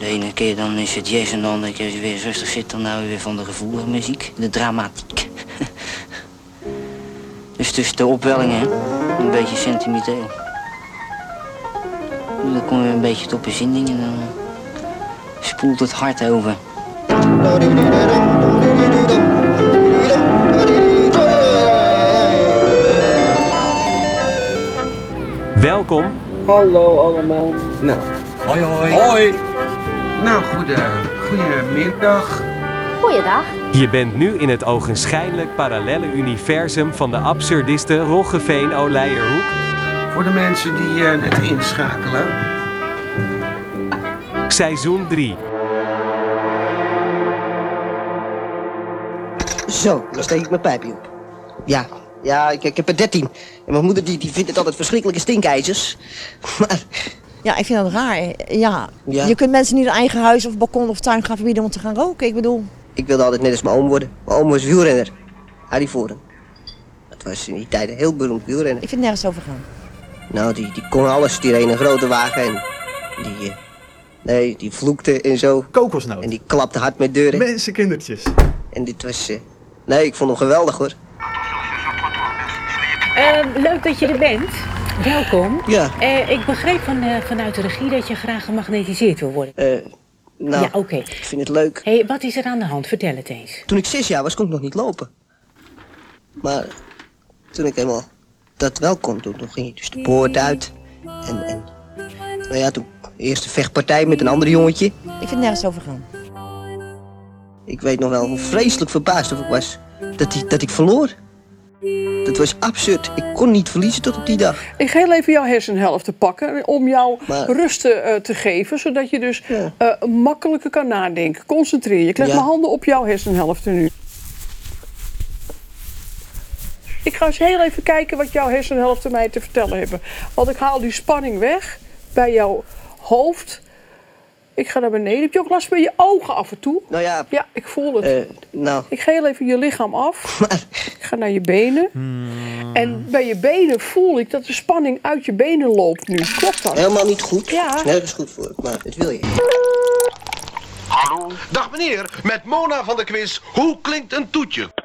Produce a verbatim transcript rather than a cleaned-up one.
De ene keer dan is het jazz en de andere keer is het weer rustig zit. Dan nou weer van de gevoelige muziek, de dramatiek. Dus tussen de opwellingen, een beetje sentimenteel. Dan kom je een beetje tot bezinning en dan spoelt het hart over. Welkom. Hallo allemaal. Nou, Hoi hoi. hoi. Nou, goede, goedemiddag. Goeiedag. Je bent nu in het ogenschijnlijk parallelle universum van de absurdiste Roggeveen Oleierhoek. Voor de mensen die uh, net inschakelen. Seizoen drie. Zo, dan steek ik mijn pijpje op. Ja, ja, ik, ik heb er dertien. En mijn moeder die, die vindt het altijd verschrikkelijke stinkijzers. Maar... Ja, ik vind dat raar. Ja. Ja. Je kunt mensen niet een eigen huis of balkon of tuin gaan verbieden om te gaan roken. Ik bedoel... Ik wilde altijd net als mijn oom worden. Mijn oom was wielrenner. Harry Voren. Dat was in die tijden heel beroemd wielrenner. Ik vind het nergens over gaan. Nou, die, die kon alles. Die reed een grote wagen en die... Uh, nee, die vloekte en zo. Kokosnoot. En die klapte hard met deuren. Mensenkindertjes. En dit was... Uh, nee, ik vond hem geweldig hoor. Uh, leuk dat je er bent. Welkom. Ja. Uh, ik begreep van, uh, vanuit de regie dat je graag gemagnetiseerd wil worden. Uh, nou, ja, oké. Okay. Ik vind het leuk. Hey, wat is er aan de hand? Vertel het eens. Toen ik zes jaar was, kon ik nog niet lopen. Maar toen ik eenmaal dat wel kon, toen, toen ging ik dus de poort uit. En, en nou ja, toen eerst een vechtpartij met een ander jongetje. Ik vind het nergens over gaan. Ik weet nog wel hoe vreselijk verbaasd of ik was dat, ik, dat ik verloor. Dat was absurd. Ik kon niet verliezen tot op die dag. Ik ga heel even jouw hersenhelft te pakken om jou Maar... rust uh, te geven, zodat je dus ja. uh, makkelijker kan nadenken. Concentreer je. Ik leg Ja. mijn handen op jouw hersenhelft nu. Ik ga eens heel even kijken wat jouw hersenhelften mij te vertellen hebben. Want ik haal die spanning weg bij jouw hoofd. Ik ga naar beneden. Heb je ook last bij je ogen af en toe? Nou ja, Ja, ik voel het. uh, nou, Ik ga heel even je lichaam af. maar Ik ga naar je benen. En bij je benen voel ik dat de spanning uit je benen loopt nu. Klopt dat? helemaal niet goed. Ja. Nergens goed voor, maar het wil je. Hallo. Dag meneer, met Mona van de quiz. Hoe klinkt een toetje?